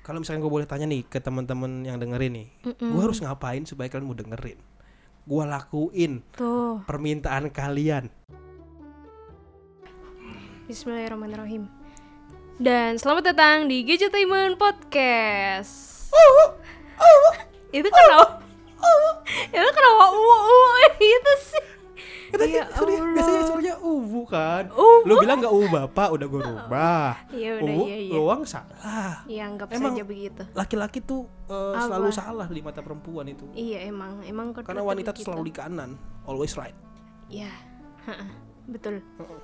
kalau misalnya gue boleh tanya nih ke teman-teman yang dengerin nih, gue harus ngapain supaya kalian mau dengerin? Gue lakuin Tuh. permintaan kalian. Bismillahirrahmanirrahim. Dan selamat datang di Gadgetainment Podcast. Itu kenapa? Itu kenapa itu sih? Ya Allah. Biasanya suaranya uwu kan. Lu bilang gak uwu bapak, udah gue rubah. Iya udah, Uwu, iya. doang salah. Iya, anggap Emang saja begitu. Laki-laki tuh selalu salah di mata perempuan itu. Iya emang Karena wanita tuh selalu di kanan, always right. Iya, betul.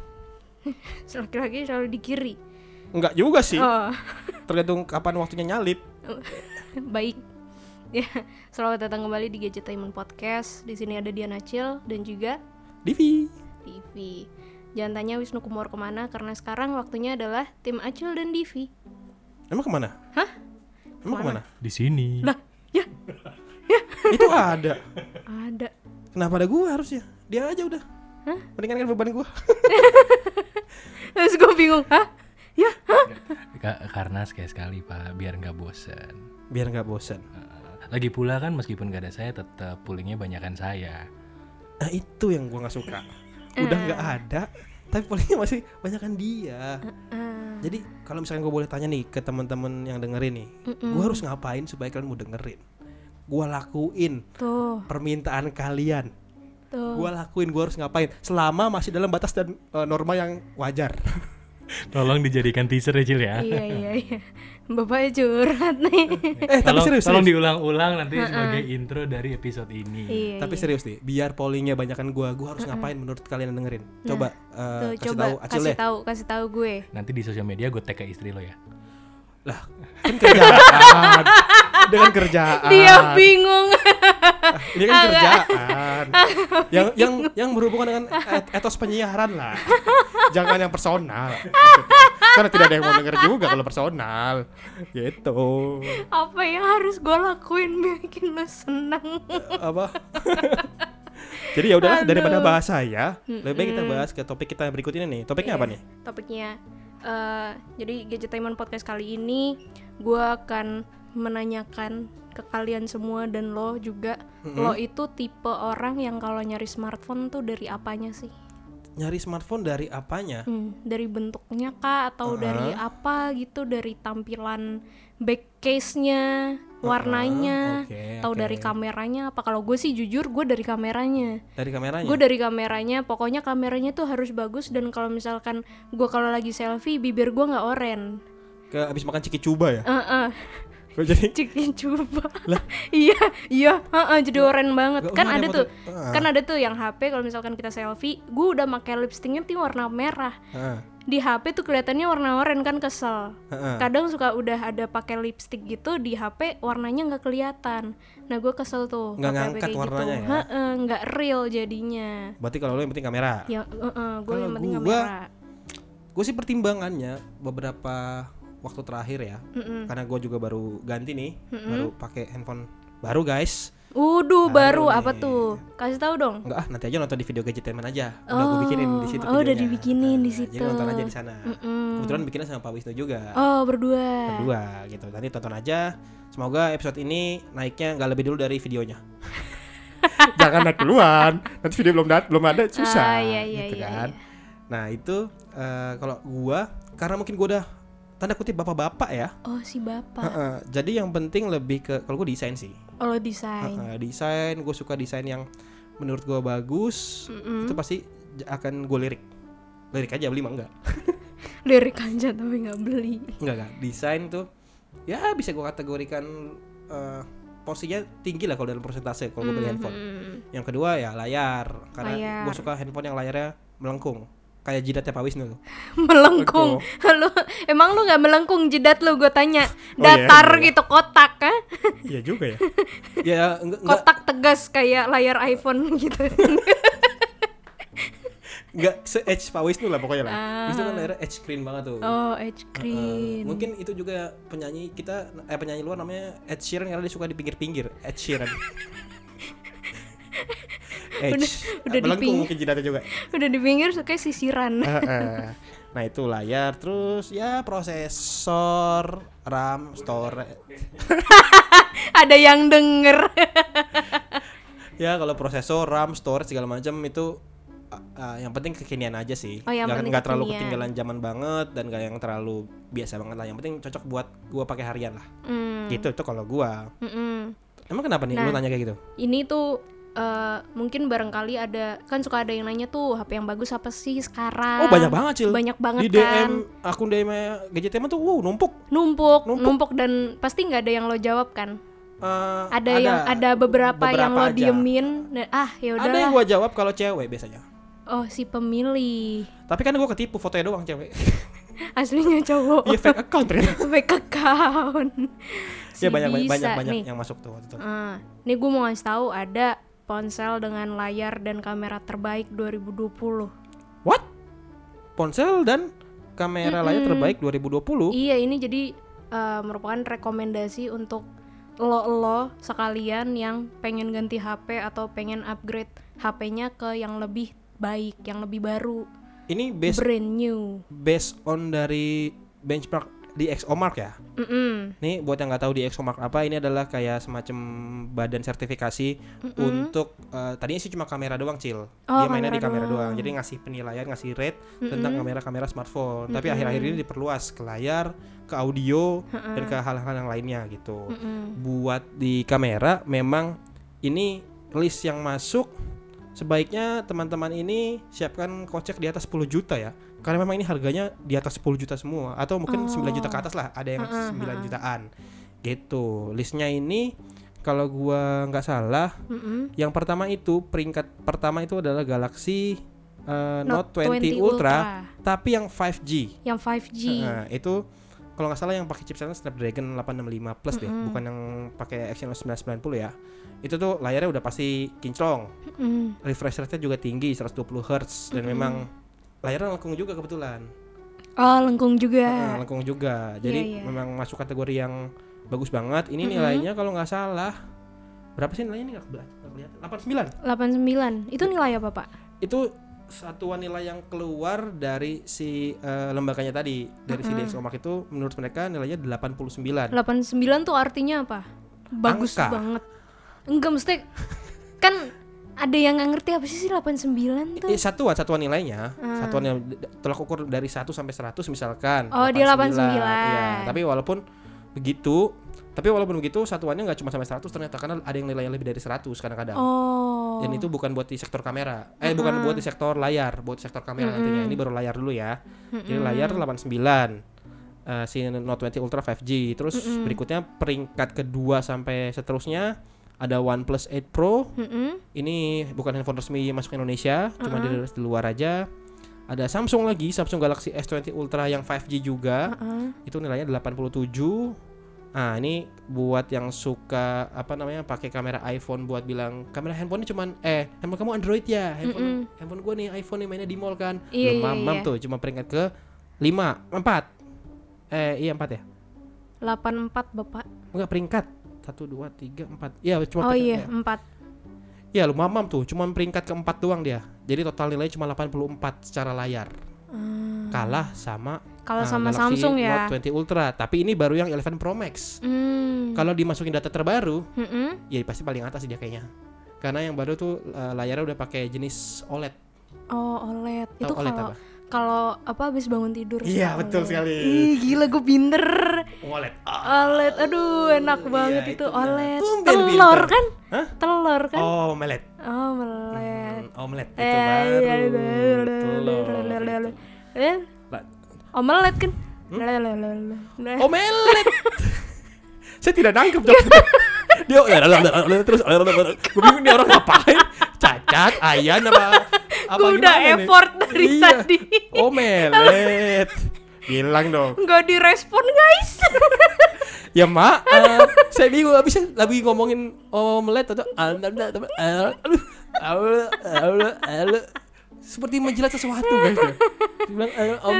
Laki-laki selalu di kiri. Enggak juga sih. Oh, Tergantung kapan waktunya nyalip. baik. Ya, selamat datang kembali di Gadgetainment Podcast. Di sini ada Diana Acil dan juga Divi. Divi. Jangan tanya Wisnu Kumor kemana, karena sekarang waktunya adalah tim Acil dan Divi. Emang kemana? Hah? Emang kemana? Di sini. Lah, ya Itu ada. ada. Kenapa ada gua harusnya? Dia aja udah. Hah? Mendingan kan beban gua. Terus gue bingung, hah? Ya, hah? Karena sekali-sekali Pak, biar nggak bosan. Biar nggak bosan. Lagi pula kan meskipun nggak ada saya, tetap pullingnya banyakan saya. Nah itu yang gua nggak suka. Udah nggak ada, tapi pollingnya masih banyakan dia. Jadi kalau misalnya gua boleh tanya nih ke teman-teman yang dengerin nih, gua harus ngapain supaya kalian mau dengerin? Gua lakuin Tuh, permintaan kalian. tuh. Gua lakuin, gua harus ngapain? Selama masih dalam batas dan norma yang wajar. Tolong dijadikan teaser ya Cil ya. Iya. Bapaknya curhat nih. Tapi serius. Tolong diulang-ulang nanti sebagai intro dari episode ini. Iya. Tapi serius nih, biar pollingnya banyakan gua harus ngapain menurut kalian yang dengerin? Coba Tuh, kasih coba tahu Acil deh. kasih tahu gue. Nanti di sosial media gue tag ke istri lo ya. Lah, kan kerjaan. Dengan kerjaan. Dia bingung. Ini kan kerjaan. Yang berhubungan dengan etos penyiaran lah. Jangan yang personal. Maksudnya. Karena tidak ada yang mau denger juga kalau personal. Gitu. Apa yang harus gue lakuin bikin lo senang? Apa? Jadi ya udahlah, daripada bahas saya, lebih baik kita bahas ke topik kita berikut ini nih. Topiknya apa nih? Topiknya jadi Gadgetainment Podcast kali ini gue akan menanyakan ke kalian semua dan lo juga, lo itu tipe orang yang kalau nyari smartphone tuh dari apanya sih? Nyari smartphone dari apanya? Dari bentuknya kah atau dari apa gitu, dari tampilan back case-nya, warnanya, atau dari kameranya apa? Kalau gue sih jujur gue dari kameranya. Dari kameranya? Gue dari kameranya, pokoknya kameranya tuh harus bagus, dan kalau misalkan gue kalau lagi selfie bibir gue nggak oren. Ke abis makan ciki cuba ya? Kok jadi? Cikin coba. Lah? Iya, jadi oren banget. Gak Kan ada ada foto. tuh, kan ada tuh yang HP kalau misalkan kita selfie, gue udah pakai lipstiknya tuh warna merah. Di HP tuh kelihatannya warna oranye kan, kesel. Kadang suka udah ada pakai lipstik gitu di HP warnanya nggak kelihatan. Nah gue kesel tuh. Nggak ngangkat warnanya gitu. ya? Nggak real jadinya. Berarti kalau lo yang penting kamera. Ya, gue yang penting gua- kamera. Gue sih pertimbangannya beberapa waktu terakhir ya, karena gue juga baru ganti nih, baru pakai handphone baru guys. Baru nih. apa tuh? Kasih tahu dong. Enggak, nanti aja nonton di video Gadgetainment aja. Udah gue bikinin di situ. Oh, udah videonya. dibikinin di situ. Jadi nonton aja di sana. Kebetulan bikinnya sama Pak Wisnu juga. Oh, berdua. Berdua gitu. Nanti tonton aja. Semoga episode ini naiknya nggak lebih dulu dari videonya. Jangan naik duluan. Nanti video belum ada susah. Iya, gitu iya, kan. iya. Nah itu kalau gua, karena mungkin gua udah tanda kutip bapak-bapak ya. Oh, si bapak. Jadi yang penting lebih ke, kalau gua desain sih. Oh, lo desain. Desain, gue suka desain yang menurut gue bagus. Itu pasti akan gue lirik aja, beli mah enggak. Lirik aja tapi nggak beli. Enggak. Desain tuh ya bisa gue kategorikan porsinya tinggi lah kalau dalam persentase kalau gue beli handphone. Yang kedua ya layar, karena gue suka handphone yang layarnya melengkung kayak jidatnya Pak Wisnu. Melengkung. Lu emang lu nggak melengkung jidat lu, gue tanya. Datar iya. gitu, kotak kan? Iya juga ya. Ya enggak. Kotak tegas kayak layar iPhone gitu. Enggak se-edge Pak Wisnu lah pokoknya lah. Wisnu kan layarnya edge screen banget tuh. Oh, edge screen. Mungkin itu juga penyanyi luar namanya Ed Sheeran, karena dia suka di pinggir-pinggir. Ed Sheeran. udah di pinggir mungkin jidatnya juga. Udah di pinggir kayak sisiran. Nah itu layar, terus ya prosesor, RAM, storage. Ada yang denger. Ya kalau prosesor, RAM, storage segala macam itu yang penting kekinian aja sih. Nggak terlalu ketinggalan zaman banget dan nggak yang terlalu biasa banget lah. Yang penting cocok buat gua pakai harian lah. Gitu itu kalau gua. Emang kenapa nih lu nanya kayak gitu? Ini tuh mungkin barangkali ada kan suka ada yang nanya tuh HP yang bagus apa sih sekarang? Oh banyak banget Cil. Banyak banget di kan. DM akun DM GJTM tuh numpuk dan pasti nggak ada yang lo jawab kan? Ada beberapa yang lo diemin dan ya udah. Ada yang gua jawab kalau cewek biasanya. Oh si pemilih. Tapi kan gua ketipu fotonya doang cewek. Aslinya cowok. Iya fake account ternyata. Fake account. Ya banyak yang masuk tuh waktu itu. Nih gue mau ngasih tahu ada ponsel dengan layar dan kamera terbaik 2020. What? Ponsel dan kamera layar terbaik 2020? Iya, ini jadi merupakan rekomendasi untuk lo sekalian yang pengen ganti HP atau pengen upgrade HP-nya ke yang lebih baik, yang lebih baru. Ini brand new. Based on dari benchmark di ExoMark ya. Nih buat yang nggak tahu di ExoMark apa, ini adalah kayak semacam badan sertifikasi untuk tadinya sih cuma kamera doang Cil. Dia mainnya di kamera doang. Jadi ngasih penilaian, ngasih rate tentang kamera smartphone. Tapi akhir-akhir ini diperluas ke layar, ke audio dan ke hal-hal yang lainnya gitu. Buat di kamera memang ini list yang masuk sebaiknya teman-teman ini siapkan kocek di atas 10 juta ya. Karena memang ini harganya di atas 10 juta semua atau mungkin 9 juta ke atas lah, ada yang 9 jutaan gitu. Listnya ini kalau gua nggak salah yang pertama itu peringkat pertama itu adalah Galaxy Note 20 Ultra tapi yang 5G. Yang 5G. Nah, itu kalau nggak salah yang pakai chipset Snapdragon 865 Plus deh, bukan yang pakai Exynos 990 ya. Itu tuh layarnya udah pasti kinclong. Refresh rate-nya juga tinggi 120 Hz dan memang layarnya lengkung juga kebetulan. Oh, lengkung juga. Lengkung juga. Jadi memang masuk kategori yang bagus banget. Ini nilainya kalau nggak salah berapa sih nilainya? Nggak kelihatan. 89. Itu nilai apa, Pak? Itu satuan nilai yang keluar dari si lembaganya tadi, dari si ExoMark itu menurut mereka nilainya 89. 89 tuh artinya apa? Bagus angka. Banget. Enggak mesti kan ada yang nggak ngerti apa sih 89 tuh? Satuan nilainya, satuan yang tolak ukur dari 1 sampai 100 misalkan. Oh, 89. Dia 89. Ya, tapi walaupun begitu satuannya nggak cuma sampai 100 ternyata, karena ada yang nilainya lebih dari 100 kadang-kadang. Oh. Dan itu bukan buat di sektor kamera. Bukan buat di sektor layar, buat sektor kamera nantinya. Ini baru layar dulu ya. Jadi layar 89. Si Note 20 Ultra 5G. Terus berikutnya peringkat kedua sampai seterusnya ada OnePlus 8 Pro. Ini bukan handphone resmi masuk Indonesia, cuma di luar aja. Ada Samsung lagi, Samsung Galaxy S20 Ultra yang 5G juga. Itu nilainya 87. Nah, ini buat yang suka pakai kamera iPhone buat bilang kamera handphonenya cuman handphone kamu Android ya. Handphone gue nih iPhone nih mainnya di mall kan. Belum tuh, cuma peringkat ke 4 ya. 84 Bapak. Enggak, peringkat 1, 2, 3, 4. Iya, cuma 4. Ya, lu mamam tuh, cuma peringkat ke-4 doang dia. Jadi total nilainya cuma 84 secara layar. Kalah sama Samsung ya. Note 20 Ultra, tapi ini baru yang 11 Pro Max. Kalau dimasukin data terbaru, ya pasti paling atas dia kayaknya. Karena yang baru tuh layarnya udah pakai jenis OLED. Oh, OLED. Itu kalau habis bangun tidur. Iya, betul sekali. Ih, gila gue pinter. OLED. OLED. Aduh, enak banget itu OLED. Telur kan? Hah? Telur kan? Omelet. Omelet itu baru. Omelet kan? Omelet. Saya tidak nangkep dong. Dia terus gue bingung nih orang ngapain? Cacat, Ayan apa gue udah effort nih? Dari tadi. Omelet. Bilang dong. Gak direspon guys. Ya maaf, saya bingung lagi ngomongin omelet atau seperti menjilat sesuatu guys. Bilang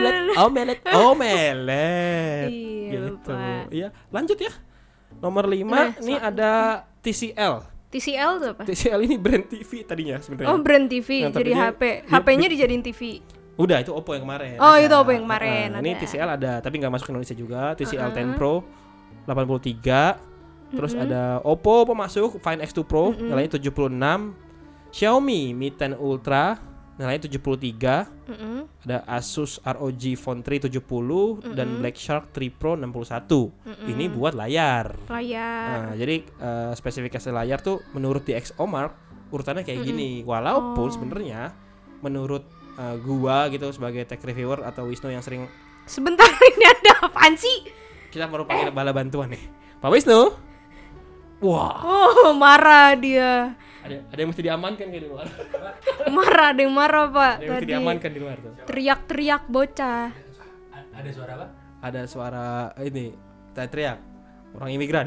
omelet. Iya, gitu. Iya, lanjut ya. Nomor 5 nih ada TCL. TCL tuh apa? TCL ini brand TV tadinya sebenarnya. Oh, brand TV Nah, jadi tapi HP. HP-nya dijadiin TV. Udah itu Oppo yang kemarin. Oh, ada. itu Oppo yang kemarin. Ini TCL ada, tapi nggak masuk ke Indonesia juga. TCL 10 Pro 83. Terus ada Oppo masuk, Find X2 Pro nilainya 76. Xiaomi Mi 10 Ultra nilainya 73. Ada Asus ROG Phone 3 70 dan Black Shark 3 Pro 61. Ini buat layar. Nah, jadi spesifikasi layar tuh menurut DxOMark urutannya kayak gini. Walaupun sebenarnya menurut gua gitu sebagai tech reviewer atau Wisnu yang sering. Sebentar, ini ada apaan sih? Kita baru panggil bala bantuan nih. Pak Wisnu. Wah. Oh, marah dia. Ada yang mesti diamankan kayak di luar. Marah, ada yang marah, Pak. Ada yang mesti diamankan di luar tuh. Teriak-teriak bocah. Ada suara apa? Ada suara ini teriak orang imigran.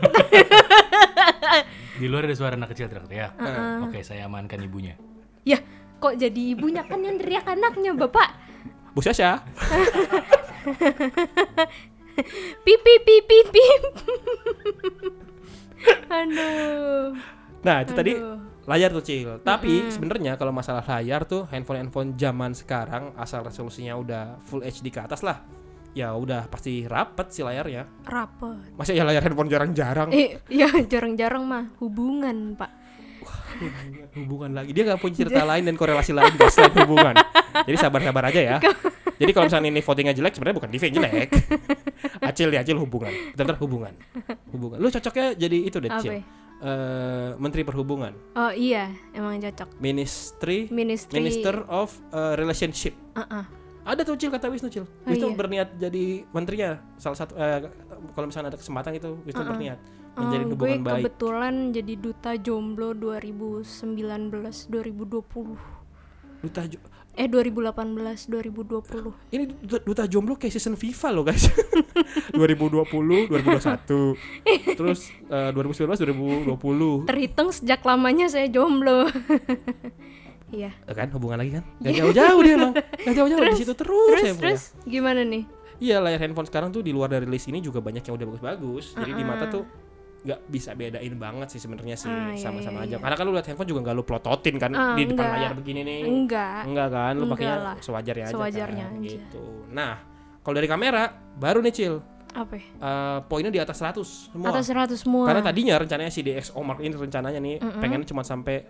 Di luar ada suara anak kecil teriak-teriak. Oke, saya amankan ibunya. Ya, kok jadi ibunya, kan yang teriak anaknya, Bapak. Bu Sasha. Pip pip pip pip pip. Aduh. Nah, itu tadi layar tuh Cil. Tapi sebenarnya kalau masalah layar tuh handphone zaman sekarang asal resolusinya udah Full HD ke atas lah. Ya udah pasti rapet sih layarnya. Rapet. Masa ya layar handphone jarang-jarang. Ya jarang-jarang mah hubungan, Pak. Hubungan lagi. Dia enggak punya cerita lain dan korelasi lain guys selain hubungan. Jadi sabar-sabar aja ya. Jadi kalau misalnya ini votingnya jelek sebenarnya bukan Divi yang jelek. Acil hubungan. Bentar hubungan. Lu cocoknya jadi itu deh Cil. Menteri Perhubungan. Oh iya, emang cocok. Minister of Relationship. Ada tuh Cil kata Wisnu Cil. Wisnu berniat jadi menterinya. Salah satu kalau misalnya ada kesempatan itu Wisnu berniat menjadi hubungan baik. Gue kebetulan jadi duta jomblo 2019 2020. 2018 2020. Ini duta jomblo kayak season FIFA loh guys. 2020 2021. Terus 2019 2020. Terhitung sejak lamanya saya jomblo. Iya. Kan hubungan lagi kan? Gak jauh-jauh dia emang. Gak jauh-jauh di situ terus gimana nih? Iya, layar handphone sekarang tuh di luar dari list ini juga banyak yang udah bagus-bagus. Jadi di mata tuh nggak bisa bedain banget sih sebenarnya sih, sama-sama aja. Karena kan lu lihat handphone juga nggak lu plototin kan di depan layar begini nih. Enggak kan, lu pakainya sewajarnya aja kan, gitu. Nah, kalau dari kamera baru nih Cil. Apa? Poinnya di atas 100 semua. Atas 100 semua. Karena tadinya rencananya si DxOMark ini rencananya nih pengen cuma sampai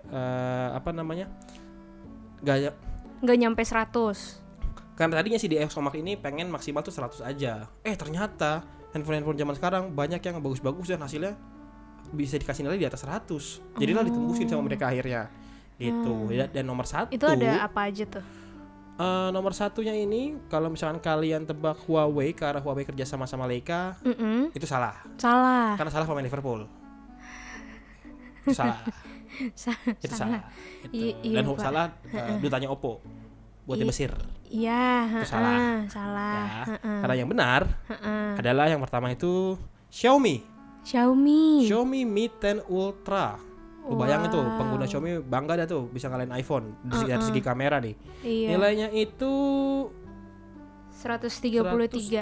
nggak nyampe 100. Karena tadinya si DxOMark ini pengen maksimal tuh 100 aja. Ternyata handphone zaman sekarang banyak yang bagus-bagus dan hasilnya bisa dikasih nilai di atas 100. Jadilah ditembusin sama mereka akhirnya. Gitu. Dan nomor 1 itu ada apa aja tuh? Nomor satunya ini kalau misalkan kalian tebak Huawei karena Huawei kerja sama Leica, itu salah. Karena salah pemain Liverpool. Itu salah. Itu salah. Dan salah dutanya Oppo buat di Mesir. Iya, itu salah. Ya. Karena yang benar adalah yang pertama itu Xiaomi Mi 10 Ultra. Lu bayangin tuh pengguna Xiaomi bangga dah tuh bisa ngalahin iPhone dari segi kamera nih. Iya. Nilainya itu 133.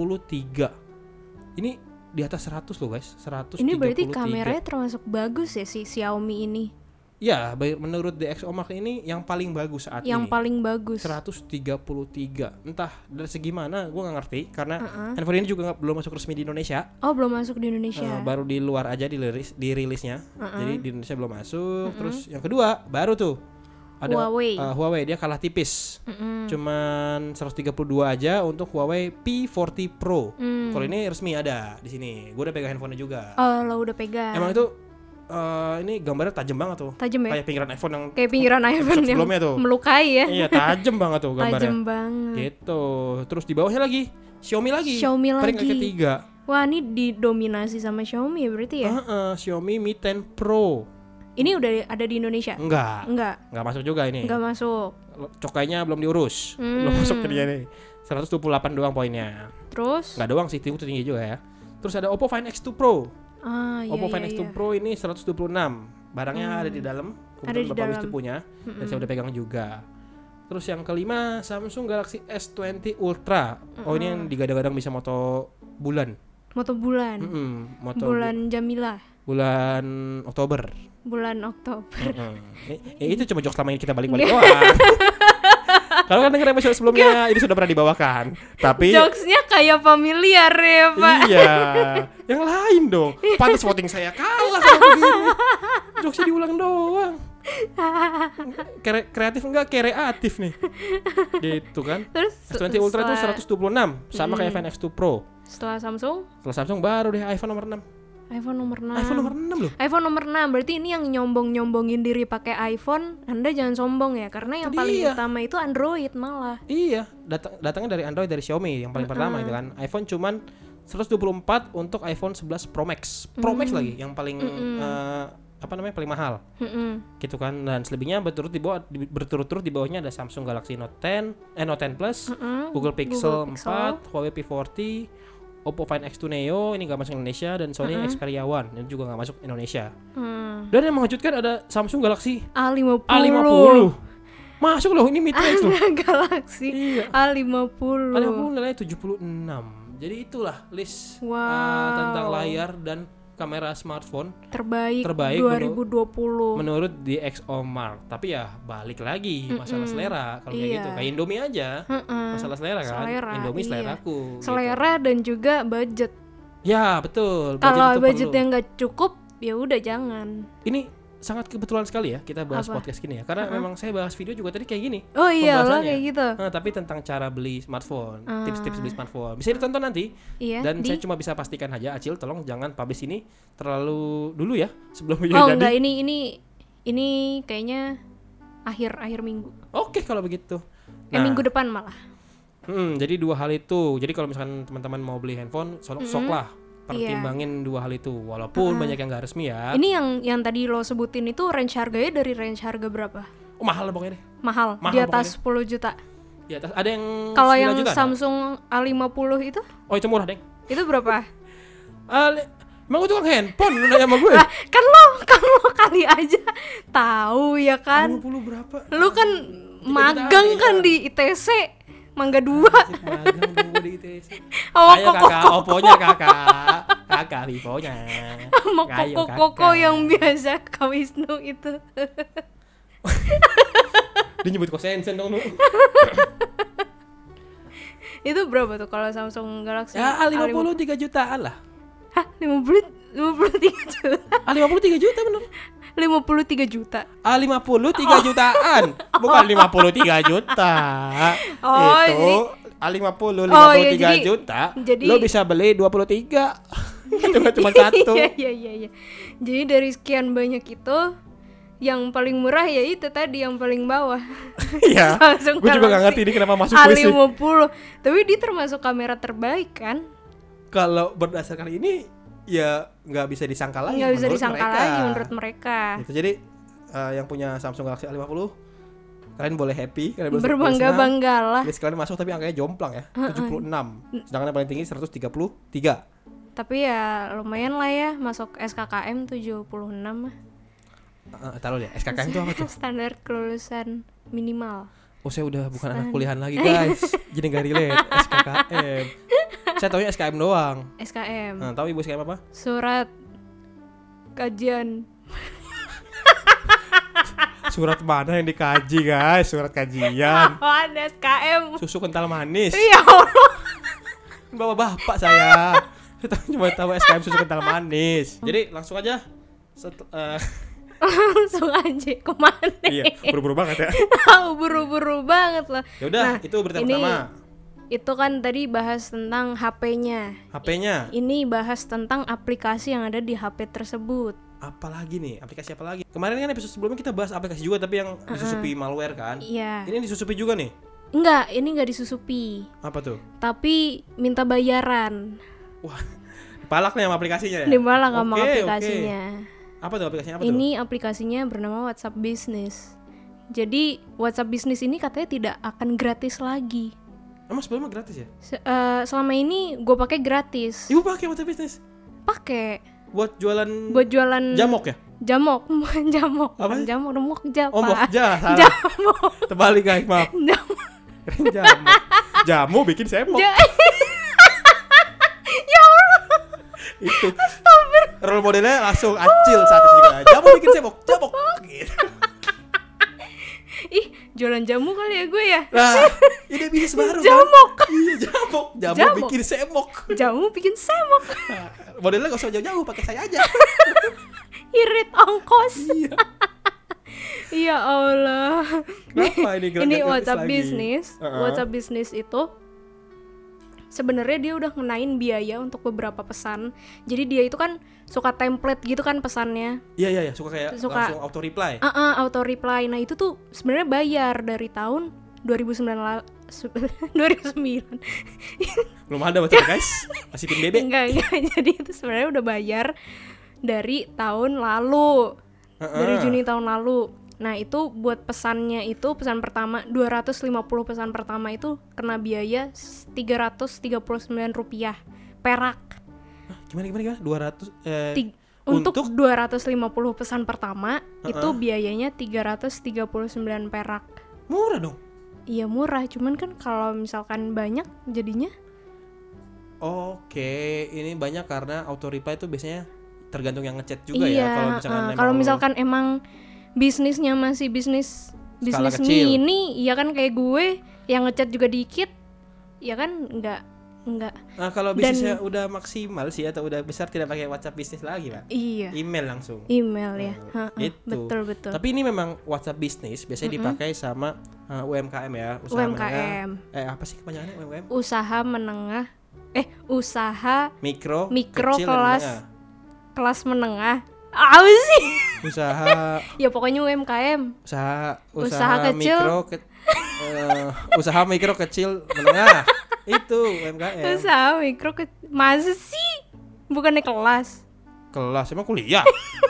Ini di atas 100 loh guys. 133. Ini berarti kameranya termasuk bagus ya si Xiaomi ini. Ya, menurut DxOMark ini yang paling bagus saat ini. Yang paling bagus. 133. Entah dari segi mana, gue nggak ngerti karena handphone ini juga belum masuk resmi di Indonesia. Oh, belum masuk di Indonesia. Baru di luar aja dirilisnya. Jadi di Indonesia belum masuk. Terus yang kedua, baru tuh ada Huawei. Dia kalah tipis. Cuman 132 aja untuk Huawei P40 Pro. Kalau ini resmi ada di sini. Gue udah pegang handphonenya juga. Oh, lo udah pegang. Emang itu ini gambarnya tajam banget tuh. Tajam ya? Kayak pinggiran iPhone yang sebelumnya tuh. Melukai ya. Iya, tajam banget tuh gambarnya. Tajam banget. Gitu. Terus di bawahnya lagi Xiaomi lagi. Peringkat ketiga. Wah, ini didominasi sama Xiaomi ya berarti ya? Xiaomi Mi 10 Pro. Ini udah ada di Indonesia? Enggak masuk juga ini. Enggak masuk. Cokainya belum diurus. Belum masuk ke dia nih. 128 doang poinnya. Terus? Enggak doang sih, tinggi juga ya. Terus ada Oppo Find X2 Pro. Oppo Find X2 Pro ini 126. Barangnya ada di dalam. Kebetulan Bapak Wisnu punya dan saya udah pegang juga. Terus yang kelima Samsung Galaxy S20 Ultra. Ini yang digadang-gadang bisa moto bulan. Moto bulan. Bulan Jamila. Bulan Oktober. Itu cuma jokes selama ini kita balik-balik doang. Kalau kan denger episode sebelumnya ini sudah pernah dibawakan. Tapi jokesnya kayak familiar ya Pak. Iya. Yang lain dong. Pantas voting saya kalah kalau begini. Jokesnya diulang doang. Kreatif enggak kreatif nih. Gitu kan. Terus S20 Ultra itu 126 sama kayak iPhone X2 Pro. Setelah Samsung baru deh iPhone nomor 6. iPhone nomor 6 loh. iPhone nomor 6 berarti ini yang nyombongin diri pakai iPhone. Anda jangan sombong ya, karena yang paling utama itu Android malah. Iya, datangnya dari Android, dari Xiaomi yang paling pertama itu kan. iPhone cuman 124 untuk iPhone 11 Pro Max. Pro Max lagi yang paling paling mahal. Gitu kan. Dan selebihnya berturut-turut di bawahnya ada Samsung Galaxy Note 10 Plus, Google Pixel 4, Huawei P40, Oppo Find X2 Neo ini nggak masuk Indonesia, dan Sony Xperia One ini juga nggak masuk Indonesia. Dan yang mengejutkan ada Samsung Galaxy A50. Masuk loh, ini mid-range loh. Galaxy A50 nilainya 76. Jadi itulah list tentang layar dan kamera smartphone terbaik 2020 menurut DxOMark. Tapi ya balik lagi masalah selera kalau kayak gitu. Kayak Indomie aja. Masalah selera kan. Indomie seleraku. Selera gitu. Dan juga budget. Ya, betul. Kalau budgetnya nggak cukup, ya udah jangan. Ini sangat kebetulan sekali ya kita bahas podcast gini ya, karena memang saya bahas video juga tadi kayak gini. Oh iya loh kayak gitu. Tapi tentang cara beli smartphone, tips-tips beli smartphone bisa ditonton nanti. Dan saya cuma bisa pastikan aja, Acil tolong jangan publish ini terlalu dulu ya sebelum video jadi. Enggak, ini kayaknya akhir minggu. Oke, kalau begitu. Minggu depan malah. Jadi dua hal itu. Jadi kalau misalkan teman-teman mau beli handphone, sok lah pertimbangin dua hal itu, walaupun banyak yang nggak resmi ya. Ini yang tadi lo sebutin itu range harganya dari range harga berapa? Oh, mahal pokoknya deh. Mahal di atas pokoknya. 10 juta. Di atas ada yang kalau yang Samsung A50 itu? Oh, itu murah deh. Itu berapa? Emang gue tukang handphone nanya sama gue. Kan lo kali aja tahu ya kan. 50 berapa? Lu kan magang kan di ITC. Mangga 2. Magang dong di ITC. Ayo kakak, Opponya kakak Vivonya. Sama koko yang biasa Kak Wisnu itu. Dia nyebut Kosensen dong lu. Itu berapa tuh kalau Samsung Galaxy? Ya 53 jutaan lah. Hah? 53 juta? 53 juta bener. 53 juta. 53 jutaan. Bukan 53 juta. Itu A50 53 juta. Jadi, lo bisa beli 23. Cuma satu. Iya. Jadi dari sekian banyak itu yang paling murah ya itu tadi yang paling bawah. Iya. Gue juga gak ngerti ini kenapa masuk kuis A50. Tapi dia termasuk kamera terbaik kan? Kalau berdasarkan ini ya nggak bisa disangka lagi. Nggak bisa disangka lagi menurut mereka. Gitu. Jadi yang punya Samsung Galaxy A50 kalian boleh happy, kalian boleh berbangga-banggalah. List kalian masuk tapi angkanya jomplang ya, 76. Sedangkan yang paling tinggi 133. Tapi ya lumayan lah ya masuk SKKM 76 mah. Taruh deh, SKKM itu apa tuh? Standar kelulusan minimal. Oh, saya udah bukan anak kuliahan lagi guys. Jadi gak relate SKKM. Saya taunya SKM doang. SKM. Tahu Ibu SKM apa? Surat kajian. Surat mana yang dikaji guys? Surat kajian. Oh, ada SKM. Susu kental manis. Iya Allah. Bapak-bapak saya. Saya cuma tahu SKM susu kental manis. Jadi langsung aja. Langsung aja kemana? Iya, buru-buru banget ya. Buru-buru banget lah. Ya udah, itu berita pertama. Itu kan tadi bahas tentang HP-nya. Ini bahas tentang aplikasi yang ada di HP tersebut. Apalagi nih? Aplikasi apa lagi? Kemarin kan episode sebelumnya kita bahas aplikasi juga tapi yang disusupi malware kan? Iya. Ini disusupi juga nih? Enggak, ini enggak disusupi. Apa tuh? Tapi minta bayaran. Wah, dipalak nih sama aplikasinya ya? Dipalak sama aplikasinya. Apa tuh aplikasinya? Ini aplikasinya bernama WhatsApp Business. Jadi WhatsApp Business ini katanya tidak akan gratis lagi. Emang sebelumnya gratis ya? Selama ini gue pakai gratis. Ibu pakai WhatsApp Business? Pakai. Buat jualan jamok ya? Jamok. Apa? Jamok. Oh, mokja. Salah. Jamok. Terbalik guys, maaf. Jamok. Jamu bikin semok. Ya Allah. Itu. Role modelnya langsung Acil saat itu juga. Jamu bikin semok gitu. Ih, jualan jamu kali ya gue ya. Nah, ini bisnis baru. Jamok. Kan? Iya, jamok. Jamu bikin semok. Jamu bikin semok. Nah, modelnya gak usah jauh-jauh, pakai saya aja. Irit ongkos. Iya. Ya Allah. Kenapa ini WhatsApp bisnis. WhatsApp bisnis itu sebenarnya dia udah ngenain biaya untuk beberapa pesan. Jadi dia itu kan suka template gitu kan pesannya. Iya, suka langsung auto reply. Auto reply. Nah, itu tuh sebenarnya bayar dari tahun 2009. Belum ada baca guys. Masih pin bebek. Enggak. Jadi itu sebenarnya udah bayar dari tahun lalu. Dari Juni tahun lalu. Nah, itu buat pesannya itu pesan pertama 250 pesan pertama itu kena biaya Rp339 perak. Gimana? 200 untuk 250 pesan pertama itu biayanya 339 perak. Murah dong. Iya, murah, cuman kan kalau misalkan banyak jadinya. Oke, ini banyak karena auto reply itu biasanya tergantung yang ngechat juga ya. Kalau misalkan emang bisnisnya masih bisnis mini, ya kan kayak gue yang ngechat juga dikit, ya kan enggak. Nah, kalau bisnisnya udah maksimal sih atau udah besar tidak pakai WhatsApp bisnis lagi, Pak. Iya. Email langsung. Email ya. Itu. Betul. Tapi ini memang WhatsApp bisnis biasanya dipakai sama UMKM ya, usaha UMKM. Apa sih kepanjangannya UMKM? Usaha mikro kecil kelas menengah. Apa sih? Usaha ya pokoknya UMKM. Usaha kecil usaha mikro kecil menengah. Itu UMKM. Usaha mikro masa sih? Bukannya kelas emang kuliah.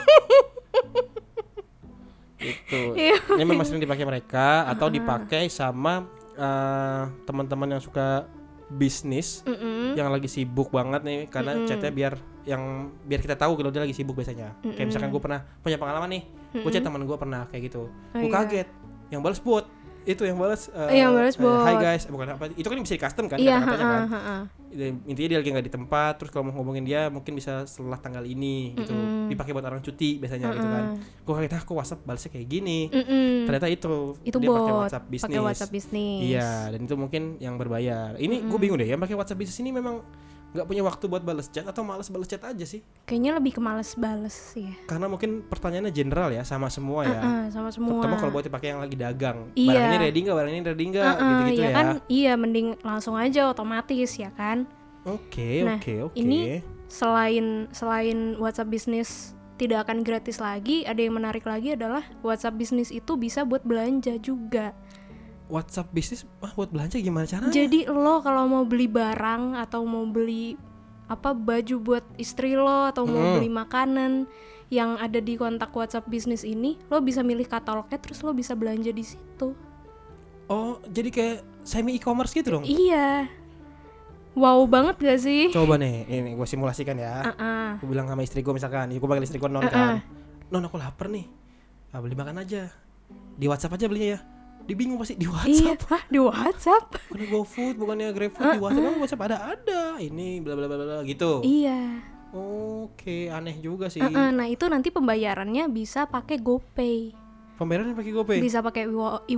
Itu. Ini memang sering dipakai mereka atau dipakai sama teman-teman yang suka bisnis yang lagi sibuk banget nih karena chatnya biar kita tahu kalau dia lagi sibuk biasanya. Kayak misalkan gue pernah punya pengalaman nih, gue chat teman gue pernah kayak gitu, gue kaget, yang balas bot, itu yang balas bot. Hai guys, bukan apa, itu kan bisa di custom kan kata-katanya kan. Intinya dia lagi nggak di tempat, terus kalau mau ngomongin dia mungkin bisa setelah tanggal ini gitu, dipakai buat orang cuti biasanya gitu kan. Gue kaget, kok WhatsApp balasnya kayak gini. Ternyata itu dia pakai WhatsApp bisnis. Iya, dan itu mungkin yang berbayar. Ini gue bingung deh, yang pakai WhatsApp bisnis ini memang nggak punya waktu buat balas chat atau malas balas chat aja sih? Kayaknya lebih ke malas balas sih. Karena mungkin pertanyaannya general ya, sama semua ya. Sama semua. Terutama kalau buat dipakai yang lagi dagang. Iya. Barang ini ready nggak, gitu-gitu ya. Ya. Kan, iya, mending langsung aja otomatis ya kan. Oke. Ini selain WhatsApp bisnis tidak akan gratis lagi, ada yang menarik lagi adalah WhatsApp bisnis itu bisa buat belanja juga. WhatsApp bisnis buat belanja gimana caranya? Jadi lo kalau mau beli barang atau mau beli baju buat istri lo atau mau beli makanan yang ada di kontak WhatsApp bisnis ini, lo bisa milih katalognya terus lo bisa belanja di situ. Oh, jadi kayak semi e-commerce gitu dong? Iya. Wow banget gak sih? Coba nih, ini gue simulasikan ya. Gue bilang sama istri gue misalkan, gue panggil istri gue Non kan. Non, aku lapar nih. Beli makan aja. Di WhatsApp aja belinya ya. Dia bingung pasti di WhatsApp. Iya, di WhatsApp. Bukannya GoFood, bukannya GrabFood, di WhatsApp ada. Ini bla bla bla gitu. Iya. Oke, aneh juga sih. Nah, itu nanti pembayarannya bisa pakai GoPay. Pembayaran pakai GoPay? Bisa pakai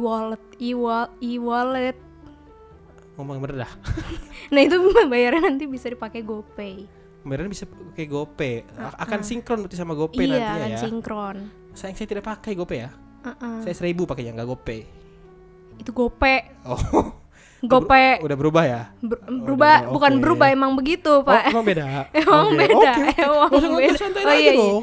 e-wallet. Ngomong bener dah. Nah, itu pembayaran nanti bisa dipakai GoPay. Pembayaran bisa pakai GoPay. Akan sinkron berarti sama GoPay nantinya ya. Iya, akan sinkron. Saya tidak pakai GoPay ya. Saya 1.000 pakainya, nggak GoPay. Itu GoPay. Oh. GoPay. Udah berubah ya? Berubah, bukan berubah, emang begitu, Pak. Emang beda. Emang beda. Emang beda. Santai aja dong.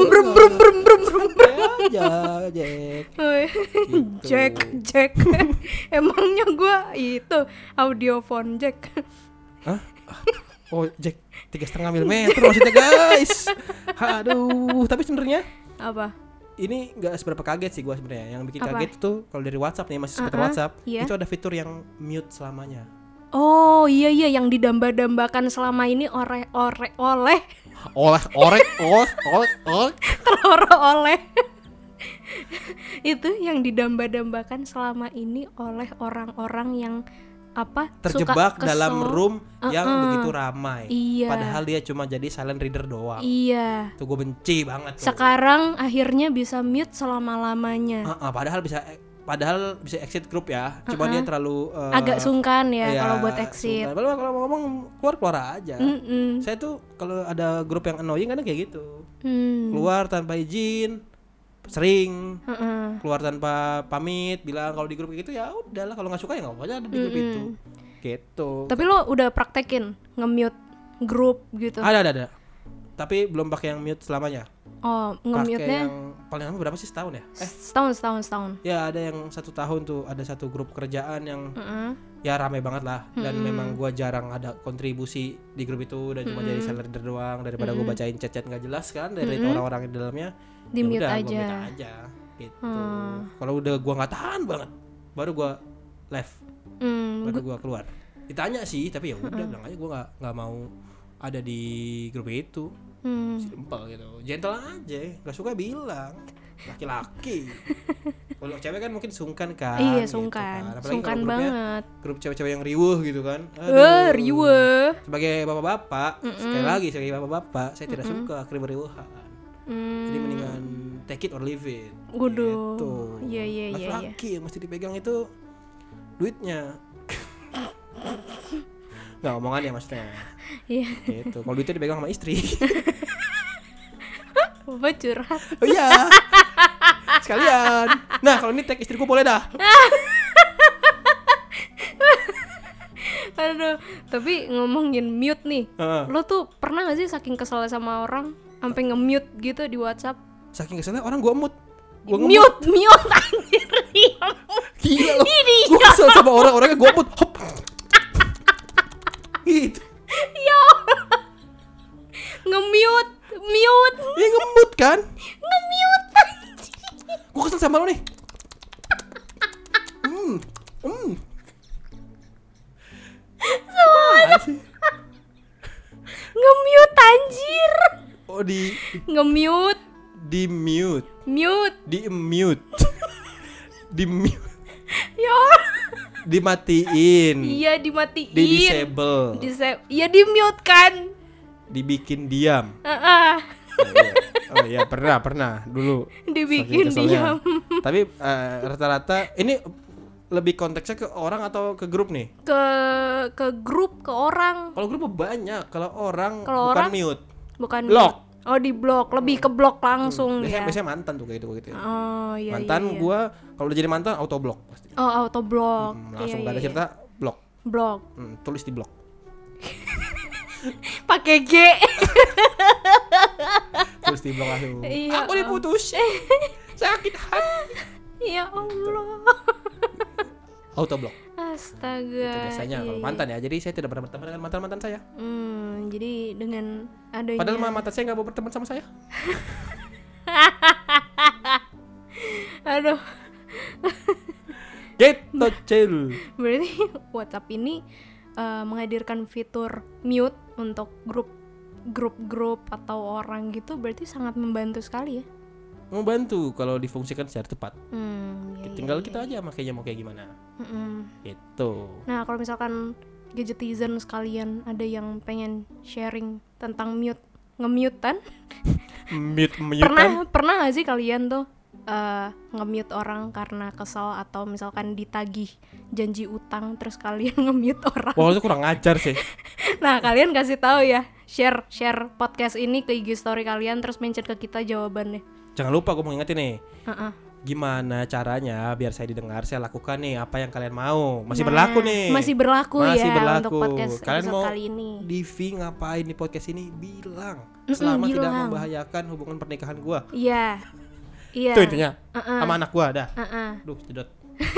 Jack. Emangnya gue itu audiophone Jack. Hah? Oh, Jack 3,5 mm maksudnya guys. Aduh, tapi sebenarnya apa? Ini nggak seberapa kaget sih gue sebenarnya. Yang bikin kaget tuh kalau dari WhatsApp nih, masih seputar WhatsApp, itu ada fitur yang mute selamanya. Oh iya, yang didamba-dambakan selama ini oleh itu yang didamba-dambakan selama ini oleh orang-orang yang terjebak dalam room yang begitu ramai. Iya. Padahal dia cuma jadi silent reader doang. Iya. Tuh gue benci banget tuh. Sekarang akhirnya bisa mute selama-lamanya. Padahal bisa exit grup ya. Cuma dia terlalu agak sungkan ya kalau buat exit. Kalau mau ngomong keluar aja. Saya tuh kalau ada grup yang annoying kadang kayak gitu. Keluar tanpa izin. Sering keluar tanpa pamit, bilang kalau di grup gitu ya udahlah, kalau nggak suka ya nggak apa-apa ada di grup itu gitu. Tapi lo udah praktekin nge-mute grup gitu? Ada tapi belum pakai yang mute selamanya. Nge-mute-nya yang paling lama berapa sih, setahun ya? Setahun Ya ada yang 1 tahun tuh, ada satu grup kerjaan yang ya ramai banget lah. Dan memang gue jarang ada kontribusi di grup itu, dan cuma jadi silent reader doang. Daripada gue bacain chat-chat nggak jelas kan dari orang-orang di dalamnya, di mute aja gitu. Kalau udah gue nggak tahan banget, baru gue left, baru gue keluar. Ditanya sih, tapi ya udah bilang aja gue nggak mau ada di grup itu. Simple gitu, gentle aja, nggak suka bilang, laki-laki. Kalau cewek kan mungkin sungkan kan. Iya, gitu sungkan kan. sungkan banget. Grup cewek-cewek yang riweuh gitu kan. Riweuh. Sebagai bapak-bapak, sekali lagi sebagai bapak-bapak, saya tidak suka keriweuhan. Jadi mendingan take it or leave it. Waduh. Gitu. Iya. Laki-laki yang mesti dipegang itu duitnya. Nggak omongan ya maksudnya. Iya. Gitu. Kalau duitnya dipegang sama istri. Bapak curhat. Oh iya. Sekalian. Nah, kalau ini tag istriku boleh dah. Aduh, tapi ngomongin mute nih. Lo tuh pernah gak sih saking kesel sama orang sampai nge-mute gitu di WhatsApp? Saking keselnya orang gua mute. Mute anjir. Gila lo. Gua kesel sama orang-orangnya gua mute. Hop. Gitu. Ya. Nge-mute. Ya nge-mute kan? Nge-mute. Gua kesel sama lo nih. Nge-mute anjir. Oh nge-mute. Di-mute. Mute. Di-mute. Di-mute. Ya. Dimatiin. Iya, dimatiin. Di-disable. Iya, di-mute kan. Dibikin diam. Oh iya, pernah dulu. Dibikin diam. Tapi rata-rata ini lebih konteksnya ke orang atau ke grup nih? Ke grup, ke orang. Kalau grup banyak, kalau orang bukan orang, mute. Bukan blok. Oh, di blok, lebih ke blok langsung ya. Biasanya mantan tuh kayak gitu. Oh iya. Mantan iya. Gua kalau udah jadi mantan auto blok pasti. Oh, auto blok. Langsung gak ada cerita, blok. Tulis di blok. Pakai G. Tulis di blok langsung. Iya. Aku diputus. Sakit hati. Ya Allah. Auto blok. Astaga. Itu biasanya kalau mantan ya. Jadi saya tidak pernah berteman dengan mantan-mantan saya. Jadi dengan adanya. Padahal mantan saya nggak mau berteman sama saya. Aduh. Gitu cil. Berarti WhatsApp ini menghadirkan fitur mute untuk grup atau orang gitu, berarti sangat membantu sekali ya. Membantu kalau difungsikan secara tepat. Tinggal kita aja makanya mau kayak gimana. Gitu. Nah, kalau misalkan gadgetizen sekalian ada yang pengen sharing tentang nge-mute-an? Pernah gak sih kalian tuh nge-mute orang karena kesel atau misalkan ditagih janji utang terus kalian nge-mute orang? Wah, itu kurang ajar sih. Nah, kalian kasih tahu ya, share podcast ini ke IG story kalian terus mention ke kita jawabannya. Jangan lupa gue mau ingetin nih. Gimana caranya biar saya didengar, saya lakukan nih apa yang kalian mau. Masih berlaku nih. Masih berlaku untuk podcast kalian mau kali ini. Divi ngapain di podcast ini? Bilang. Selama tidak membahayakan hubungan pernikahan gue. Iya. Itu intinya. Sama anak gue dah. Duh, jedot.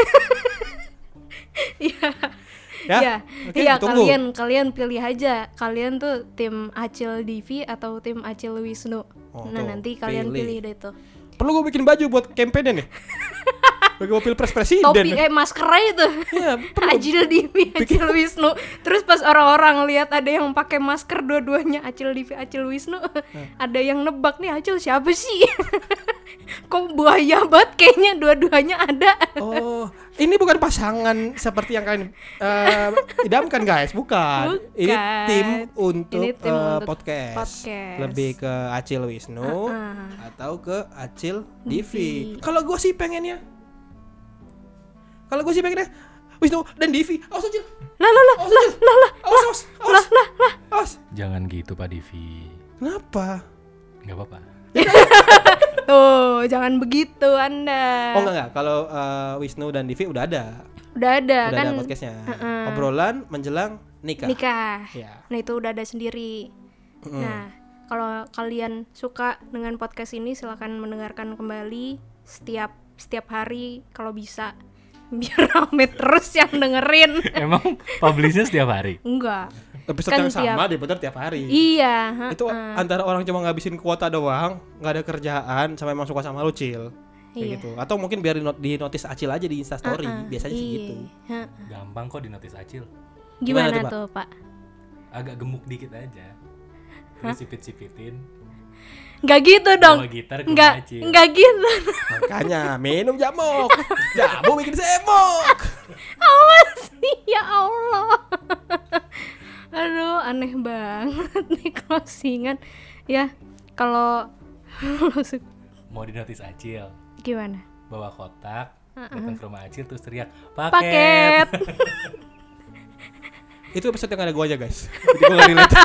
Iya. Iya, kalian pilih aja. Kalian tuh tim Acil Divi atau tim Acil Wisnu. Nanti kalian pilih deh tuh. Perlu gue bikin baju buat campaign nih. Bagi mobil presiden. Topi maskernya itu. Iya, Acil Divi, Acil Wisnu. Terus pas orang-orang lihat ada yang pakai masker dua-duanya Acil Divi, Acil Wisnu, ada yang nebak nih Acil siapa sih? Kok buaya banget kayaknya dua-duanya ada. Oh, Ini bukan pasangan seperti yang kalian idamkan guys, bukan. Ini tim untuk podcast. Lebih ke Acil Wisnu atau ke Acil Divi. Kalau gue sih pengennya Wisnu dan Divi. Awas Acil. Lah. Awas. Jangan gitu Pak Divi. Kenapa? Enggak apa-apa. Tuh, jangan begitu Anda. Oh enggak. Kalau Wisnu dan Divi udah ada kan ada podcastnya. Obrolan menjelang nikah. Ya. Nah itu udah ada sendiri. Nah kalau kalian suka dengan podcast ini silakan mendengarkan kembali setiap hari kalau bisa, biar rame terus yang dengerin. Emang publishnya setiap hari? Enggak, episode kan yang sama diputar tiap hari. Iya. Itu antara orang cuma ngabisin kuota doang, nggak ada kerjaan, sama emang suka sama lu Cil. Kayak gitu. Atau mungkin biar di notis Acil aja di Instastory. Biasanya sih gitu. Gampang kok di notis Acil. Gimana tuh Pak? Agak gemuk dikit aja. Terus sipit-sipitin. Nggak gitu dong. Nggak gitu. Makanya minum jamu bikin semok. Awas ya Allah. Aduh aneh banget nih closingan. Ya kalau mau di notis Acil. Gimana? Bawa kotak, datang ke rumah Acil terus teriak paket. Itu episode yang ada gue aja guys. Jadi gue gak relate.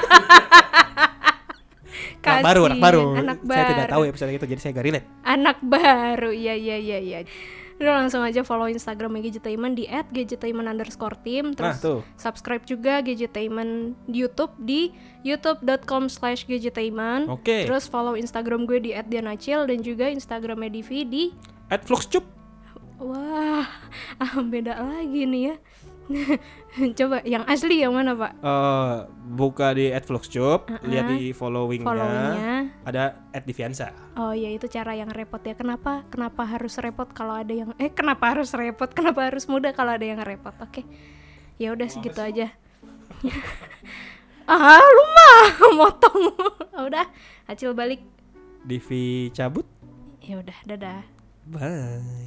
Anak baru. Saya tidak tahu episode itu, jadi saya gak relate. Anak baru, iya. Udah langsung aja follow Instagram Gadgetainment di @gadgetainment_team. Terus subscribe juga Gadgetainment di YouTube di youtube.com/gadgetainment. Terus follow Instagram gue di @dianacil dan juga Instagramnya Divi di @fluxcup. Wah, beda lagi nih ya. Coba yang asli yang mana Pak? Buka di @fluxcup, lihat di followingnya. Ada @diviansa. Oh ya itu cara yang repot ya. Kenapa harus repot kalau ada yang kenapa harus repot? Kenapa harus mudah kalau ada yang repot? Oke. Ya udah segitu aja. Lu mah motong. Udah, Acil balik. Divi cabut. Ya udah, dadah. Bye.